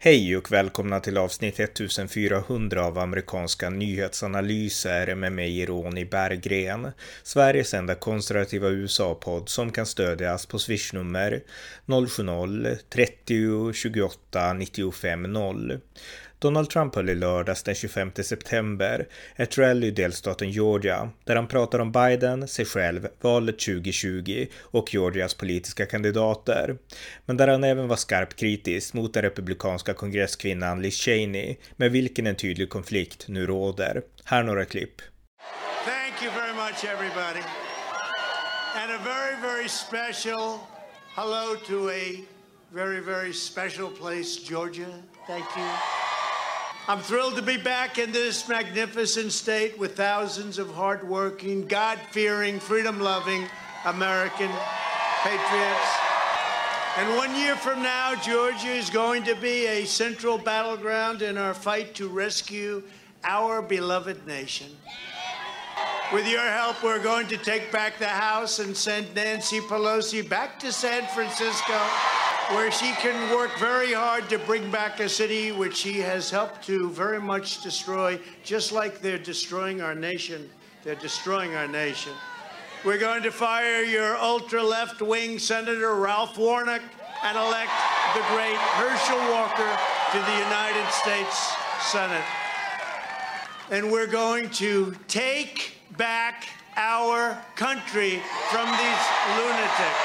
Hej och välkomna till avsnitt 1400 av amerikanska nyhetsanalyser med mig Ronny Berggren, Sveriges enda konservativa USA-podd som kan stödjas på swishnummer 070-30 28 95 0. Donald Trump höll i lördags den 25 september ett rally i delstaten Georgia där han pratar om Biden, sig själv, valet 2020 och Georgias politiska kandidater. Men där han även var skarpt kritisk mot den republikanska kongresskvinnan Liz Cheney med vilken en tydlig konflikt nu råder. Här några klipp. Thank you very much everybody. And a very, very special hello to a very, very special place, Georgia. Thank you. I'm thrilled to be back in this magnificent state with thousands of hardworking, God-fearing, freedom-loving American patriots. And 1 year from now, Georgia is going to be a central battleground in our fight to rescue our beloved nation. With your help, we're going to take back the House and send Nancy Pelosi back to San Francisco, where she can work very hard to bring back a city which she has helped to very much destroy, just like they're destroying our nation. They're destroying our nation. We're going to fire your ultra-left-wing Senator Ralph Warnock and elect the great Herschel Walker to the United States Senate. And we're going to take back our country from these lunatics.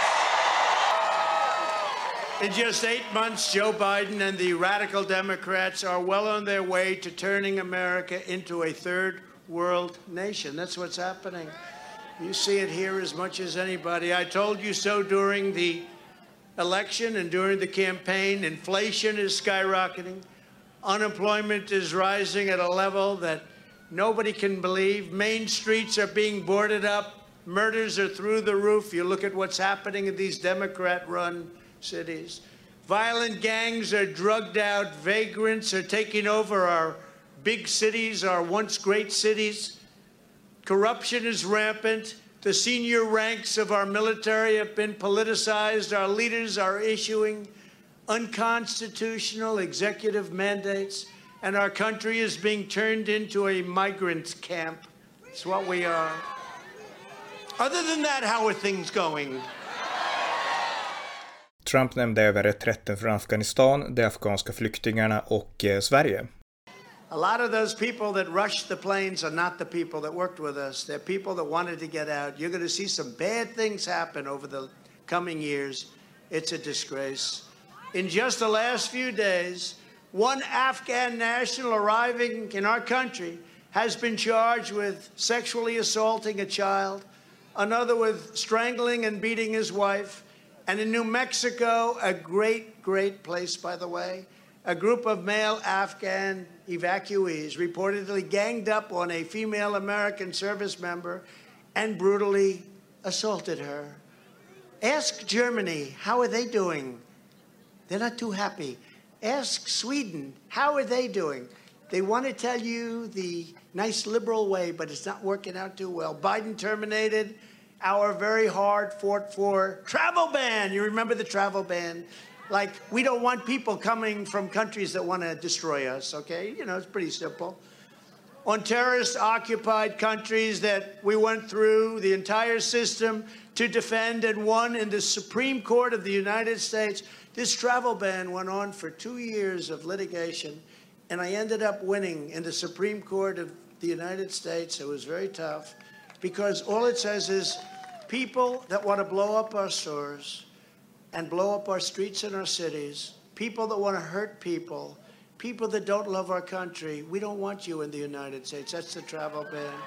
In just 8 months, Joe Biden and the radical Democrats are well on their way to turning America into a third world nation. That's what's happening. You see it here as much as anybody. I told you so during the election and during the campaign. Inflation is skyrocketing. Unemployment is rising at a level that nobody can believe. Main streets are being boarded up. Murders are through the roof. You look at what's happening in these Democrat-run cities. Violent gangs are drugged out. Vagrants are taking over our big cities, our once great cities. Corruption is rampant. The senior ranks of our military have been politicized. Our leaders are issuing unconstitutional executive mandates. And our country is being turned into a migrant camp. It's what we are. Other than that, how are things going? Trump nämnde över reträtten från Afghanistan, de afghanska flyktingarna och Sverige. A lot of those people that rushed the planes are not the people that worked with us. They're people that wanted to get out. You're going to see some bad things happen over the coming years. It's a disgrace. In just the last few days, one Afghan national arriving in our country has been charged with sexually assaulting a child, another with strangling and beating his wife, and in New Mexico, a great, great place, by the way, a group of male Afghan evacuees reportedly ganged up on a female American service member and brutally assaulted her. Ask Germany, how are they doing? They're not too happy. Ask Sweden, how are they doing? They want to tell you the nice liberal way, but it's not working out too well. Biden terminated our very hard fought for travel ban. You remember the travel ban? Like, we don't want people coming from countries that want to destroy us, okay? You know, it's pretty simple. On terrorist-occupied countries that we went through the entire system to defend and won in the Supreme Court of the United States, this travel ban went on for 2 years of litigation, and I ended up winning in the Supreme Court of the United States. It was very tough because all it says is people that want to blow up our stores and blow up our streets and our cities, people that want to hurt people, people that don't love our country, we don't want you in the United States. That's the travel ban.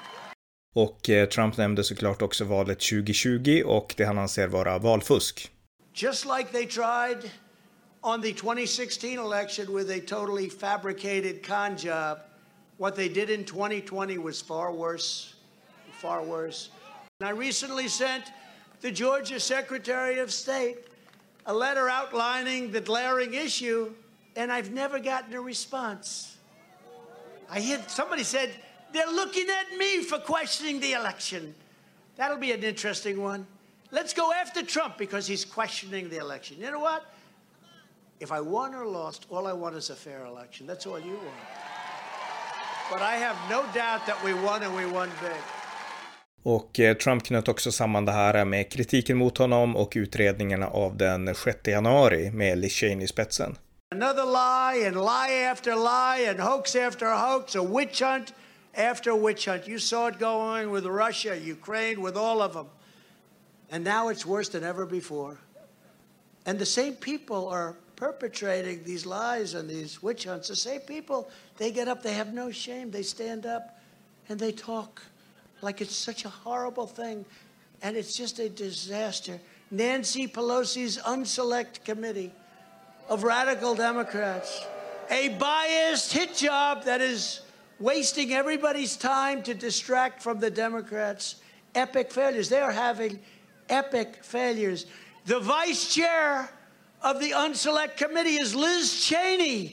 Och Trump nämnde såklart också valet 2020 och det han anser vara valfusk. Just like they tried on the 2016 election with a totally fabricated con job, what they did in 2020 was far worse, far worse. And I recently sent the Georgia Secretary of State a letter outlining the glaring issue, and I've never gotten a response. I hear somebody said, they're looking at me for questioning the election. That'll be an interesting one. Let's go after Trump because he's questioning the election. You know what? If I won or lost, all I want is a fair election. That's all you want. But I have no doubt that we won and we won big. Och Trump knöt också samman det här med kritiken mot honom och utredningarna av den 6 januari med Liz Cheney i spetsen. Another lie and lie after lie and hoax after hoax, a witch hunt after witch hunt. You saw it going with Russia, Ukraine, with all of them. And now it's worse than ever before. And the same people are perpetrating these lies and these witch hunts. The same people, they get up, they have no shame. They stand up and they talk like it's such a horrible thing. And it's just a disaster. Nancy Pelosi's unselect committee of radical Democrats, a biased hit job that is wasting everybody's time to distract from the Democrats. Epic failures. They are having epic failures. The vice chair of the unselect committee is Liz Cheney.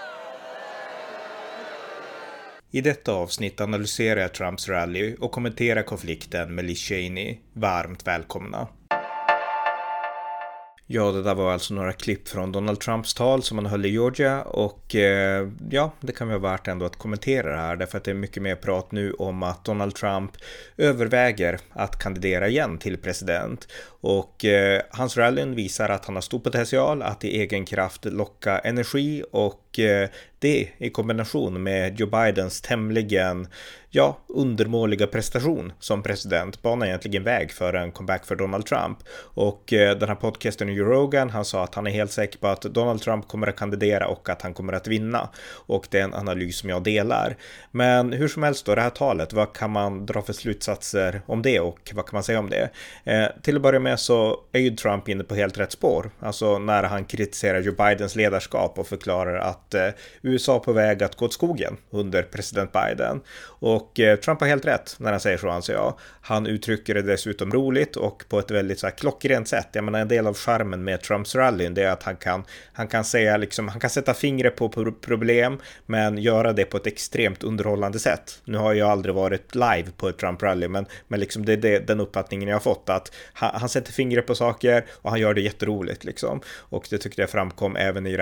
I detta avsnitt analyserar jag Trumps rally och kommenterar konflikten med Liz Cheney. Varmt välkomna. Ja, det där var alltså några klipp från Donald Trumps tal som han höll i Georgia och ja, det kan vara värt ändå att kommentera det här därför att det är mycket mer prat nu om att Donald Trump överväger att kandidera igen till president och hans rallyn visar att han har stor potential att i egen kraft locka energi och det i kombination med Joe Bidens tämligen undermåliga prestation som president banar egentligen väg för en comeback för Donald Trump. Och den här podcasten Joe Rogan, han sa att han är helt säker på att Donald Trump kommer att kandidera och att han kommer att vinna. Och det är en analys som jag delar. Men hur som helst då, det här talet, vad kan man dra för slutsatser om det och vad kan man säga om det? Till att börja med så är ju Trump inne på helt rätt spår. Alltså när han kritiserar Joe Bidens ledarskap och förklarar att USA på väg att gå åt skogen under president Biden. Och Trump har helt rätt när han säger så, anser jag. Han uttrycker det dessutom roligt och på ett väldigt så här klockrent sätt. Jag menar, en del av charmen med Trumps rallyn, det är att han kan säga liksom, han kan sätta fingret på problem men göra det på ett extremt underhållande sätt. Nu har jag aldrig varit live på ett Trump-rally men liksom det är den uppfattningen jag har fått, att han sätter fingret på saker och han gör det jätteroligt liksom. Och det tyckte jag framkom även i det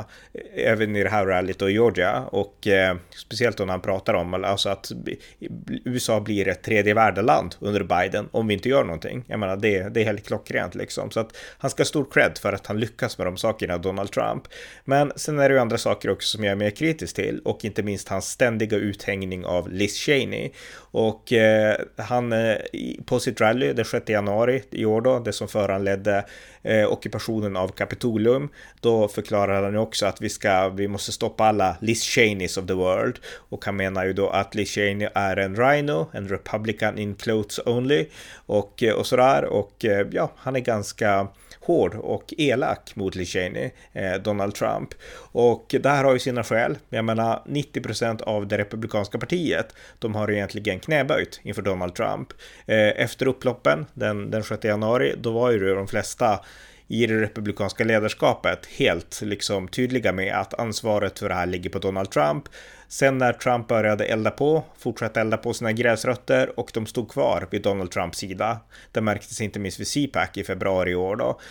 här rallyt i Georgia och speciellt då när han pratar om alltså att USA blir ett tredje världsland under Biden om vi inte gör någonting. Jag menar, det är helt klockrent liksom. Så att han ska ha stor cred för att han lyckas med de sakerna, Donald Trump. Men sen är det ju andra saker också som jag är mer kritisk till och inte minst hans ständiga uthängning av Liz Cheney. Och han på sitt rally den 6 januari i år då, det som föranledde ockupationen av Kapitolium, då förklarar han ju också att vi måste stoppa alla Liz Cheneys of the world, och han menar ju då att Liz Cheney är en rhino, en republican in clothes only och sådär, och ja, han är ganska hård och elak mot Liz Cheney, Donald Trump. Och det här har ju sina skäl. Jag menar, 90% av det republikanska partiet, de har egentligen knäböjt inför Donald Trump. Efter upploppen den 6 januari, då var ju de flesta i det republikanska ledarskapet helt liksom tydliga med att ansvaret för det här ligger på Donald Trump. Sen när Trump började fortsatte elda på sina gräsrötter och de stod kvar vid Donald Trumps sida. Det märktes inte minst vid CPAC i februari i år då.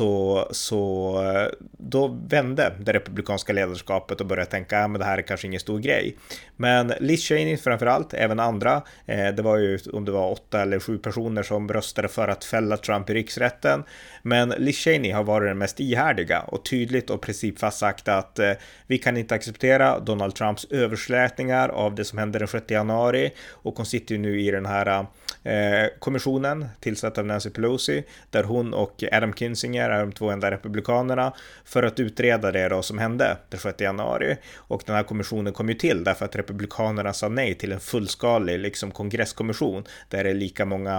Så då vände det republikanska ledarskapet och började tänka men det här är kanske ingen stor grej. Men Liz Cheney framförallt, även andra, det var ju om det var 8 eller 7 personer som röstade för att fälla Trump i riksrätten. Men Liz Cheney har varit den mest ihärdiga och tydligt och principfast sagt att vi kan inte acceptera Donald Trumps överslätningar av det som hände den 6 januari, och hon sitter ju nu i den här kommissionen tillsatt av Nancy Pelosi, där hon och Adam Kinzinger är de två enda republikanerna, för att utreda det då som hände den 6 januari. Och den här kommissionen kom ju till därför att republikanerna sa nej till en fullskalig liksom kongresskommission där det är lika många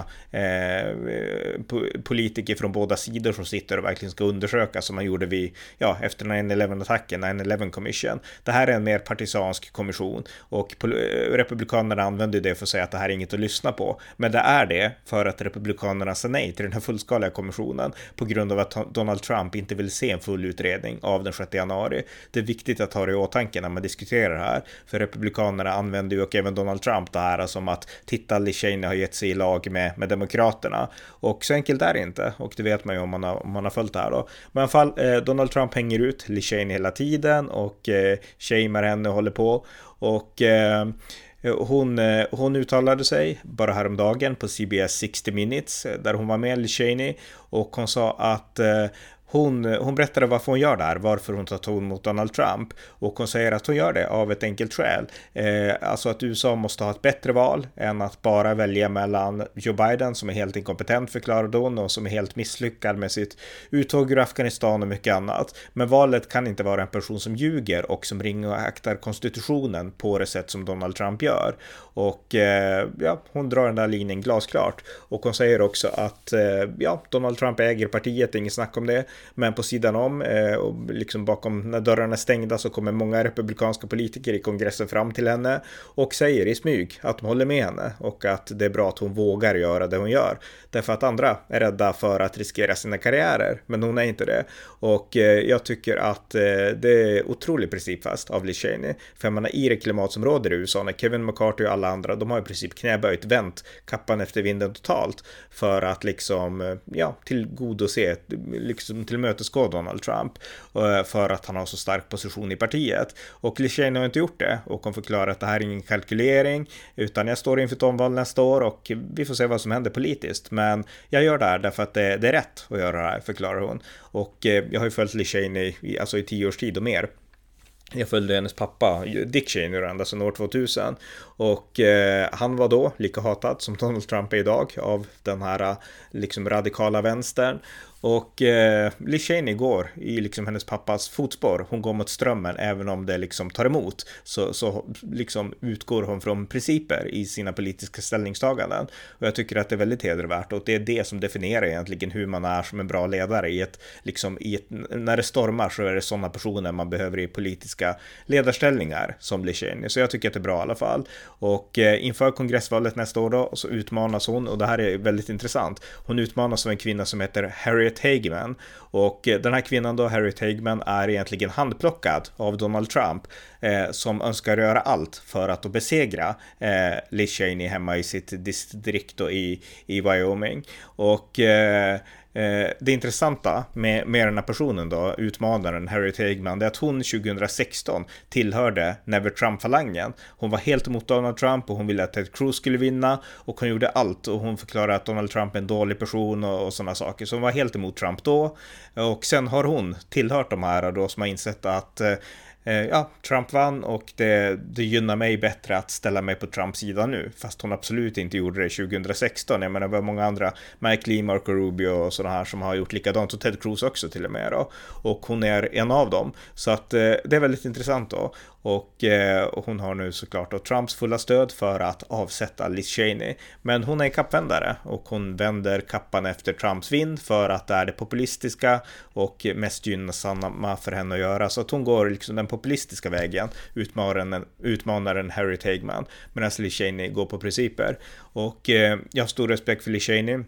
politiker från båda sidor som sitter och verkligen ska undersöka, som man gjorde efter 9/11-attacken, 9/11 Commission. Det här är en mer partisansk kommission, och republikanerna använder det för att säga att det här är inget att lyssna på, men det är det för att republikanerna sa nej till den här fullskaliga kommissionen på grund av att Donald Trump inte vill se en full utredning av den 6 januari. Det är viktigt att ha det i åtanke när man diskuterar det här, för republikanerna använder ju, och även Donald Trump, det här som att titta, Liz Cheney har gett sig i lag med demokraterna, och så enkelt är det inte, och det vet man ju om man har följt det här då. Men i alla fall, Donald Trump hänger ut Liz Cheney hela tiden och shamear henne och håller på, och hon uttalade sig bara häromdagen på CBS 60 Minutes där hon var med, Liz Cheney, och hon sa att hon berättade varför hon gör det här, varför hon tar ton mot Donald Trump, och hon säger att hon gör det av ett enkelt skäl. Alltså att USA måste ha ett bättre val än att bara välja mellan Joe Biden, som är helt inkompetent, förklarade hon, och som är helt misslyckad med sitt uttåg ur Afghanistan och mycket annat. Men valet kan inte vara en person som ljuger och som ringer och aktar konstitutionen på det sätt som Donald Trump gör. Och hon drar den där linjen glasklart, och hon säger också att Donald Trump äger partiet, ingen snack om det. Men på sidan om, och liksom bakom när dörrarna är stängda, så kommer många republikanska politiker i kongressen fram till henne och säger i smyg att de håller med henne och att det är bra att hon vågar göra det hon gör. Därför att andra är rädda för att riskera sina karriärer, men hon är inte det. Och jag tycker att det är otroligt principfast av Liz Cheney. För man i det klimat som råder i USA, när Kevin McCarthy och alla andra, de har i princip knäböjt, vänt kappan efter vinden totalt för att liksom, tillgodose, liksom tillmötesgå Donald Trump, för att han har så stark position i partiet. Och Liz Cheney har inte gjort det, och hon förklarar att det här är ingen kalkylering, utan jag står inför ett omval nästa år och vi får se vad som händer politiskt, men jag gör det här därför att det är rätt att göra det här, förklarar hon. Och jag har ju följt Liz Cheney i 10 års tid och mer. Jag följde hennes pappa Dick Cheney ända sedan år 2000, och han var då lika hatad som Donald Trump är idag av den här liksom radikala vänstern. Och Liz Cheney går i liksom hennes pappas fotspår. Hon går mot strömmen, även om det liksom tar emot, så liksom utgår hon från principer i sina politiska ställningstaganden. Och jag tycker att det är väldigt hedervärt, och det är det som definierar egentligen hur man är som en bra ledare när det stormar, så är det sådana personer man behöver i politiska ledarställningar som Liz Cheney. Så jag tycker att det är bra i alla fall. Och inför kongressvalet nästa år då, så utmanas hon, och det här är väldigt intressant. Hon utmanas av en kvinna som heter Harriet Hageman, och den här kvinnan då, Harriet Hageman, är egentligen handplockad av Donald Trump, som önskar göra allt för att besegra Liz Cheney hemma i sitt distrikt då i Wyoming. Och det intressanta med den här personen då, utmanaren Harriet Hageman, det är att hon 2016 tillhörde Never Trump-falangen. Hon var helt emot Donald Trump, och hon ville att Ted Cruz skulle vinna, och hon gjorde allt, och hon förklarade att Donald Trump är en dålig person och sådana saker. Så hon var helt emot Trump då, och sen har hon tillhört de här då som har insett att Trump vann, och det gynnar mig bättre att ställa mig på Trumps sida nu, fast hon absolut inte gjorde det 2016. Jag menar, det var många andra, Mike Lee, Marco Rubio och sådana här, som har gjort likadant, och Ted Cruz också till och med då, och hon är en av dem. Så att det är väldigt intressant då. Och hon har nu såklart då Trumps fulla stöd för att avsätta Liz Cheney. Men hon är en kappvändare, och hon vänder kappan efter Trumps vind för att det är det populistiska och mest gynnsamma för henne att göra. Så att hon går liksom den populistiska vägen, utmanaren Harriet Hageman, medan Liz Cheney går på principer. Och jag har stor respekt för Liz Cheney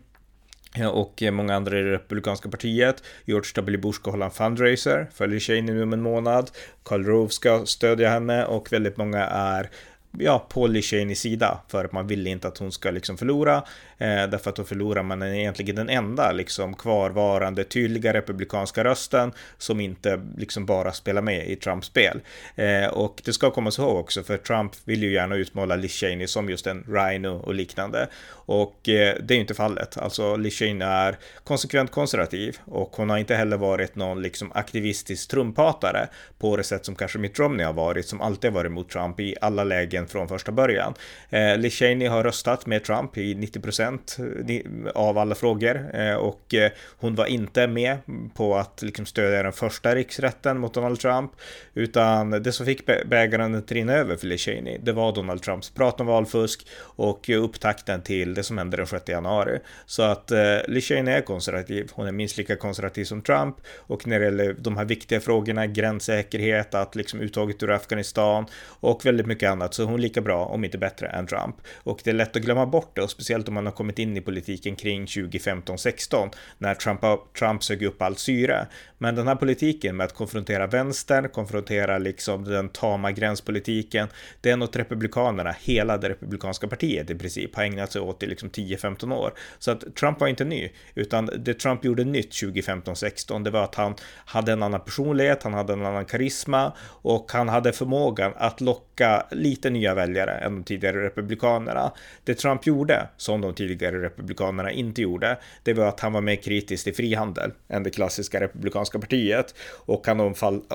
och många andra i det republikanska partiet. George W. Bush ska hålla en fundraiser för Liz Cheney nu om en månad. Karl Rove ska stödja henne, och väldigt många är på Liz Cheneys sida, för att man vill inte att hon ska liksom förlora, därför att då förlorar man egentligen den enda liksom kvarvarande tydliga republikanska rösten som inte liksom bara spelar med i Trumps spel. Och det ska komma så ihåg också, för Trump vill ju gärna utmåla Liz Cheney som just en rhino och liknande, och det är ju inte fallet. Alltså Liz Cheney är konsekvent konservativ, och hon har inte heller varit någon liksom aktivistisk trumphatare på det sätt som kanske Mitt Romney har varit, som alltid har varit mot Trump i alla lägen politiken från första början. Liz Cheney har röstat med Trump i 90% av alla frågor och hon var inte med på att liksom stödja den första riksrätten mot Donald Trump, utan det som fick bägaren att rinna över för Liz Cheney, det var Donald Trumps prat om valfusk och upptakten till det som hände den 6 januari. Så att Liz Cheney är konservativ, hon är minst lika konservativ som Trump, och när det gäller de här viktiga frågorna, gränssäkerhet, att liksom uttaget ur Afghanistan och väldigt mycket annat, så hon är lika bra, om inte bättre, än Trump. Och det är lätt att glömma bort det, och speciellt om man har kommit in i politiken kring 2015-16 när Trump sög upp allt syre. Men den här politiken med att konfrontera vänstern, konfrontera liksom den tama gränspolitiken, det är något republikanerna, hela det republikanska partiet i princip, har ägnat sig åt i liksom 10-15 år. Så att Trump var inte ny, utan det Trump gjorde nytt 2015-16, det var att han hade en annan personlighet, han hade en annan karisma och han hade förmågan att locka lite nya väljare än de tidigare republikanerna. Det Trump gjorde, som de tidigare republikanerna inte gjorde, det var att han var mer kritisk till frihandel än det klassiska republikanska partiet, och han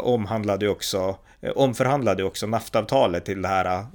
omförhandlade också NAFTA-avtalet till det här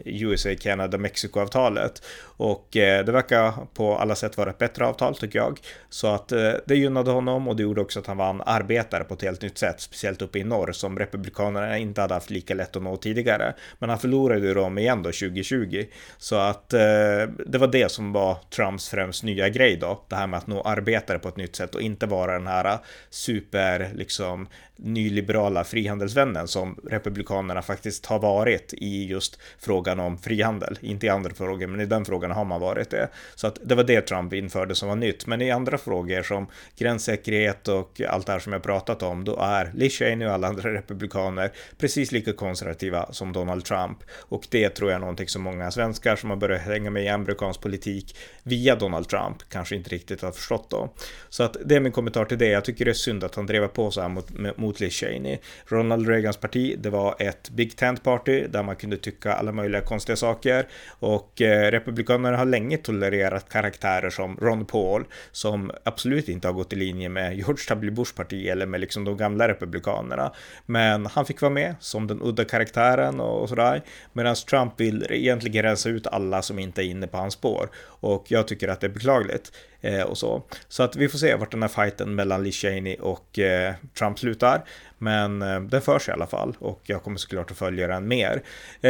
USA-Canada-Mexiko-avtalet, och det verkar på alla sätt vara ett bättre avtal, tycker jag. Så att det gynnade honom, och det gjorde också att han var en arbetare på ett helt nytt sätt, speciellt uppe i norr som republikanerna inte hade haft lika lätt att nå tidigare. Men han förlorade dem igen då 2020. Så att det var det som var Trumps främst nya grej då, det här med att nå arbetare på ett nytt sätt och inte vara den här super liksom nyliberala frihandelsvännen som republikanerna faktiskt har varit i just frågan om frihandel. Inte i andra frågor, men i den frågan har man varit det. Så att det var det Trump införde som var nytt. Men i andra frågor som gränssäkerhet och allt det här som jag pratat om, då är Liz Cheney och alla andra republikaner precis lika konservativa som Donald Trump. Och det tror jag är någonting som många svenskar som har börjat hänga med i amerikansk politik via Donald Trump kanske inte riktigt har förstått då. Så att det är min kommentar till det. Jag tycker det är synd att han drev på så här mot Liz Cheney. Ronald Reagans parti, det var ett Big Tent Party där man kunde tycka alla möjliga konstiga saker, och republikanerna har länge tolererat karaktärer som Ron Paul som absolut inte har gått i linje med George W. Bush parti eller med liksom de gamla republikanerna, men han fick vara med som den udda karaktären och sådär, medan Trump vill egentligen rensa ut alla som inte är inne på hans spår, och jag tycker att det är beklagligt. Och så att vi får se vart den här fighten mellan Liz Cheney och Trump slutar, men den förs i alla fall, och jag kommer såklart att följa den mer.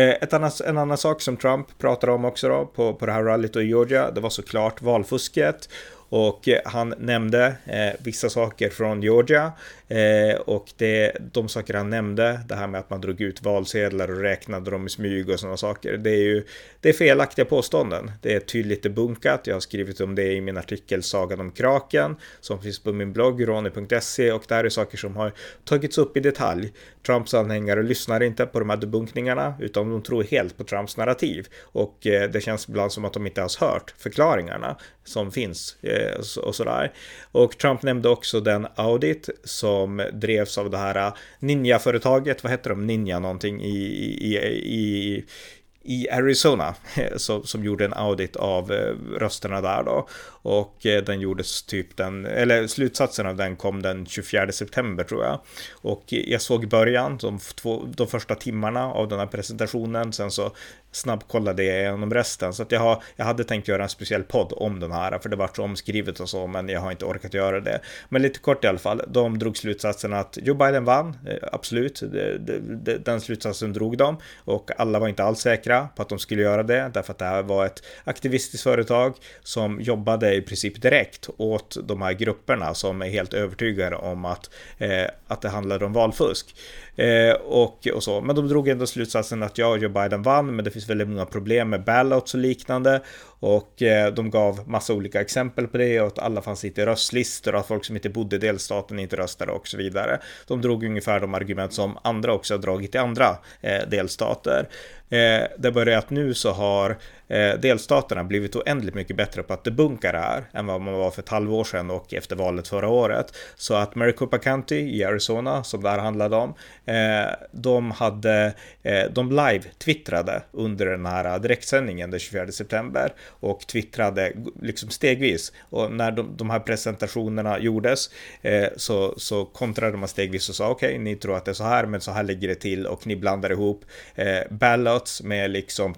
En annan sak som Trump pratar om också då, på det här rallyt i Georgia, det var såklart valfusket. Och han nämnde vissa saker från Georgia, och de saker han nämnde, det här med att man drog ut valsedlar och räknade dem i smyg och sådana saker, det är felaktiga påståenden. Det är tydligt debunkat. Jag har skrivit om det i min artikel Sagan om Kraken som finns på min blogg roni.se, och det här är saker som har tagits upp i detalj. Trumps anhängare lyssnar inte på de här debunkningarna, utan de tror helt på Trumps narrativ, och det känns ibland som att de inte har hört förklaringarna som finns och sådär. Och Trump nämnde också den audit som drevs av det här Ninja-företaget, vad heter de? Ninja någonting i Arizona som gjorde en audit av rösterna där då, och den gjordes slutsatsen av den kom den 24 september tror jag, och jag såg i början de första timmarna av den här presentationen, sen så snabbkollade jag igenom resten, så att jag hade tänkt göra en speciell podd om den här, för det var så omskrivet och så, men jag har inte orkat göra det. Men lite kort i alla fall, de drog slutsatsen att Joe Biden vann, absolut, den slutsatsen drog de, och alla var inte alls säkra på att de skulle göra det, därför att det här var ett aktivistiskt företag som jobbade i princip direkt åt de här grupperna som är helt övertygade om att det handlade om valfusk. Och så. Men de drog ändå slutsatsen att Joe Biden vann, men det finns väldigt många problem med ballots och liknande, och de gav massa olika exempel på det, och att alla fanns inte i röstlistor, och att folk som inte bodde i delstaten inte röstade och så vidare. De drog ungefär de argument som andra också har dragit i andra delstater. Det börjar att nu så har delstaterna blivit oändligt mycket bättre på att debunka det här än vad man var för ett halvår sedan och efter valet förra året. Så att Maricopa County i Arizona, som det här handlade om, de live-twittrade under den här direktsändningen den 24 september och twittrade liksom stegvis, och när de här presentationerna gjordes så kontrade man stegvis och sa okej, ni tror att det är så här, men så här ligger det till, och ni blandar ihop ballot ballots med liksom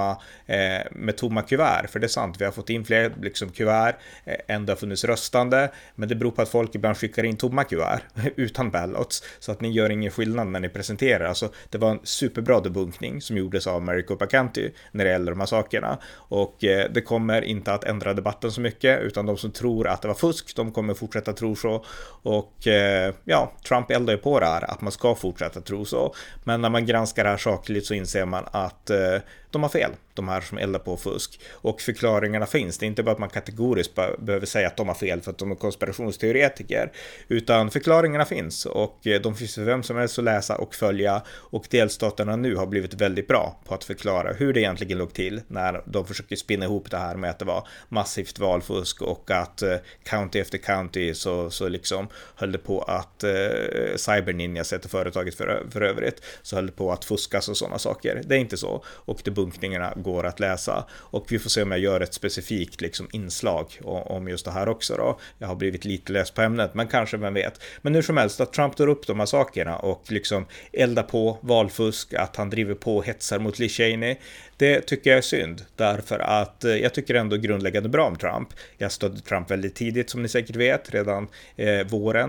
tomma kuvert. För det är sant, vi har fått in fler liksom kuvert än det har funnits röstande, men det beror på att folk ibland skickar in tomma kuvert utan ballots, så att ni gör ingen skillnad när ni presenterar. Alltså det var en superbra debunkning som gjordes av Maricopa County när det gäller de här sakerna, och det kommer inte att ändra debatten så mycket, utan de som tror att det var fusk, de kommer fortsätta tro så. Och ja, Trump eldar ju på det här att man ska fortsätta tro så, men när man granskar det här sakligt så inser man att de har fel, de här som eldar på fusk, och förklaringarna finns. Det är inte bara att man kategoriskt behöver säga att de har fel för att de är konspirationsteoretiker, utan förklaringarna finns, och de finns för vem som helst att läsa och följa, och delstaterna nu har blivit väldigt bra på att förklara hur det egentligen låg till när de försöker spinna ihop det här med att det var massivt valfusk, och att county efter county så liksom höll det på att Cyber Ninja, sätter företaget för övrigt, så höll det på att fuskas och sådana saker. Det är inte så, och debunkningarna går att läsa, och vi får se om jag gör ett specifikt liksom inslag om just det här också då. Jag har blivit lite läst på ämnet, men kanske, vem vet. Men hur som helst, att Trump tar upp de här sakerna och liksom eldar på valfusk, att han driver på och hetsar mot Liz Cheney, det tycker jag är synd, därför att jag tycker ändå grundläggande bra om Trump. Jag stödde Trump väldigt tidigt, som ni säkert vet, redan våren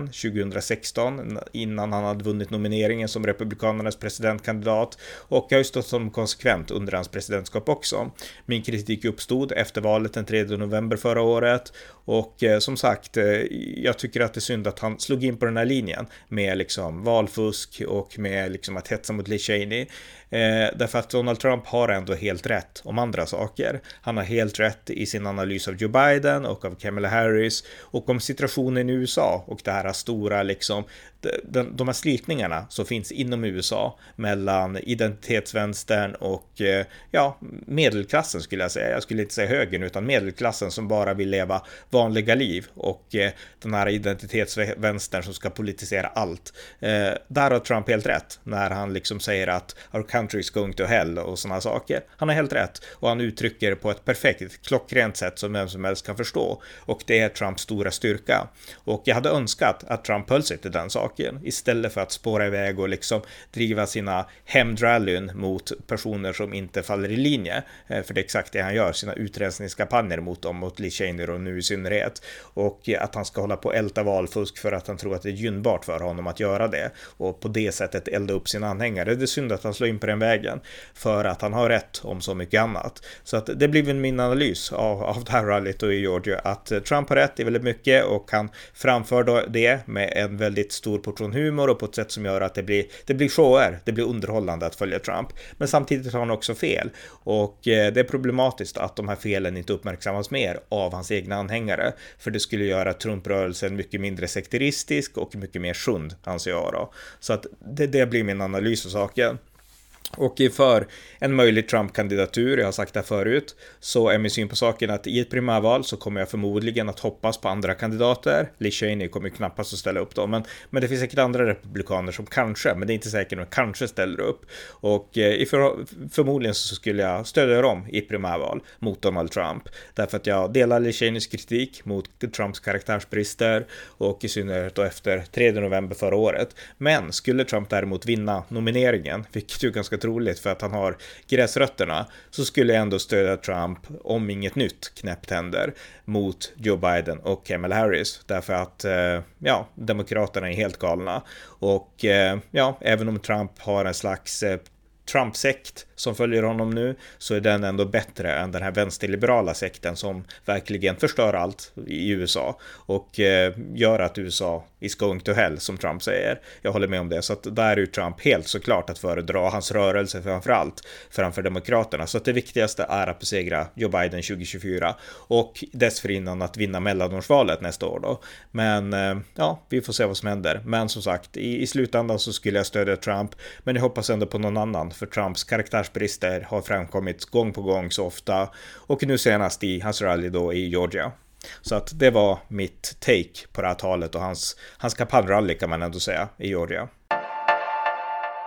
2016, innan han hade vunnit nomineringen som republikanernas presidentkandidat, och jag har ju stått som konsekvent under hans presidentskap också. Min kritik uppstod efter valet den 3 november förra året, och som sagt, jag tycker att det är synd att han slog in på den här linjen med liksom valfusk och med liksom att hetsa mot Liz Cheney. Därför att Donald Trump har ändå helt rätt om andra saker. Han har helt rätt i sin analys av Joe Biden och av Kamala Harris, och om situationen i USA och det här stora liksom de här slitningarna som finns inom USA mellan identitetsvänstern och ja, medelklassen skulle jag säga. Jag skulle inte säga högern, utan medelklassen som bara vill leva vanliga liv, och den här identitetsvänstern som ska politisera allt. Där har Trump helt rätt när han liksom säger att our country is going to hell och sådana saker. Han har helt rätt, och han uttrycker det på ett perfekt, klockrent sätt som vem som helst kan förstå, och det är Trumps stora styrka. Och jag hade önskat att Trump höll sig till den saken istället för att spåra iväg och liksom driva sina hämndrallyn mot personer som inte faller i linje, för det är exakt det han gör, sina utrensningskampanjer mot dem, mot Liz Cheney och nu i synnerhet, och att han ska hålla på älta valfusk för att han tror att det är gynnbart för honom att göra det, och på det sättet elda upp sina anhängare. Det är synd att han slår in på den vägen, för att han har rätt om så mycket annat. Så att det blir min analys av det här rallyt och i Georgia, att Trump har rätt i väldigt mycket, och han framför det med en väldigt stor portion humor och på ett sätt som gör att det blir shower, det blir underhållande att följa Trump. Men samtidigt har han också fel, och det är problematiskt att de här felen inte uppmärksammas mer av hans egna anhängare, för det skulle göra Trump-rörelsen mycket mindre sekteristisk och mycket mer sund, anser jag då. Så att det blir min analys av saken. Och inför en möjlig Trump-kandidatur, jag har sagt det förut, så är min syn på saken att i ett primärval så kommer jag förmodligen att hoppas på andra kandidater. Liz Cheney kommer knappast att ställa upp då, men det finns säkert andra republikaner som kanske, men det är inte säkert, att kanske ställer upp. Och förmodligen så skulle jag stödja dem i primärval mot Donald Trump, därför att jag delar Liz Cheneys kritik mot Trumps karaktärsbrister, och i synnerhet då efter 3 november förra året. Men skulle Trump däremot vinna nomineringen, vilket ju ganska troligt för att han har gräsrötterna, så skulle jag ändå stödja Trump om inget nytt knäppt händer mot Joe Biden och Kamala Harris, därför att ja, demokraterna är helt galna, och ja, även om Trump har en slags Trump-sekt som följer honom nu, så är den ändå bättre än den här vänsterliberala sekten som verkligen förstör allt i USA och gör att USA is going to hell, som Trump säger. Jag håller med om det, så att där är Trump helt såklart att föredra, hans rörelse framförallt framför demokraterna. Så att det viktigaste är att besegra Joe Biden 2024 och dessförinnan att vinna mellanårsvalet nästa år då. Men ja, vi får se vad som händer. Men som sagt, i slutändan så skulle jag stödja Trump, men jag hoppas ändå på någon annan, för Trumps karaktärsbrister har framkommit gång på gång så ofta, och nu senast i hans rally då i Georgia. Så att det var mitt take på det här talet och hans kampanjrally, kan man ändå säga, i Georgia.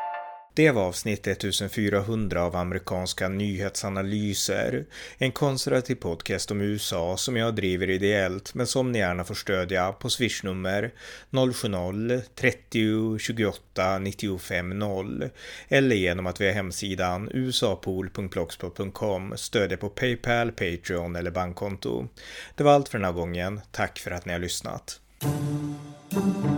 Det var avsnitt 1400 av amerikanska nyhetsanalyser, en konservativ podcast om USA som jag driver ideellt men som ni gärna får stödja på swishnummer 070-30 28 95 0 eller genom att via hemsidan usapool.blogspot.com stödja på PayPal, Patreon eller bankkonto. Det var allt för den här gången. Tack för att ni har lyssnat.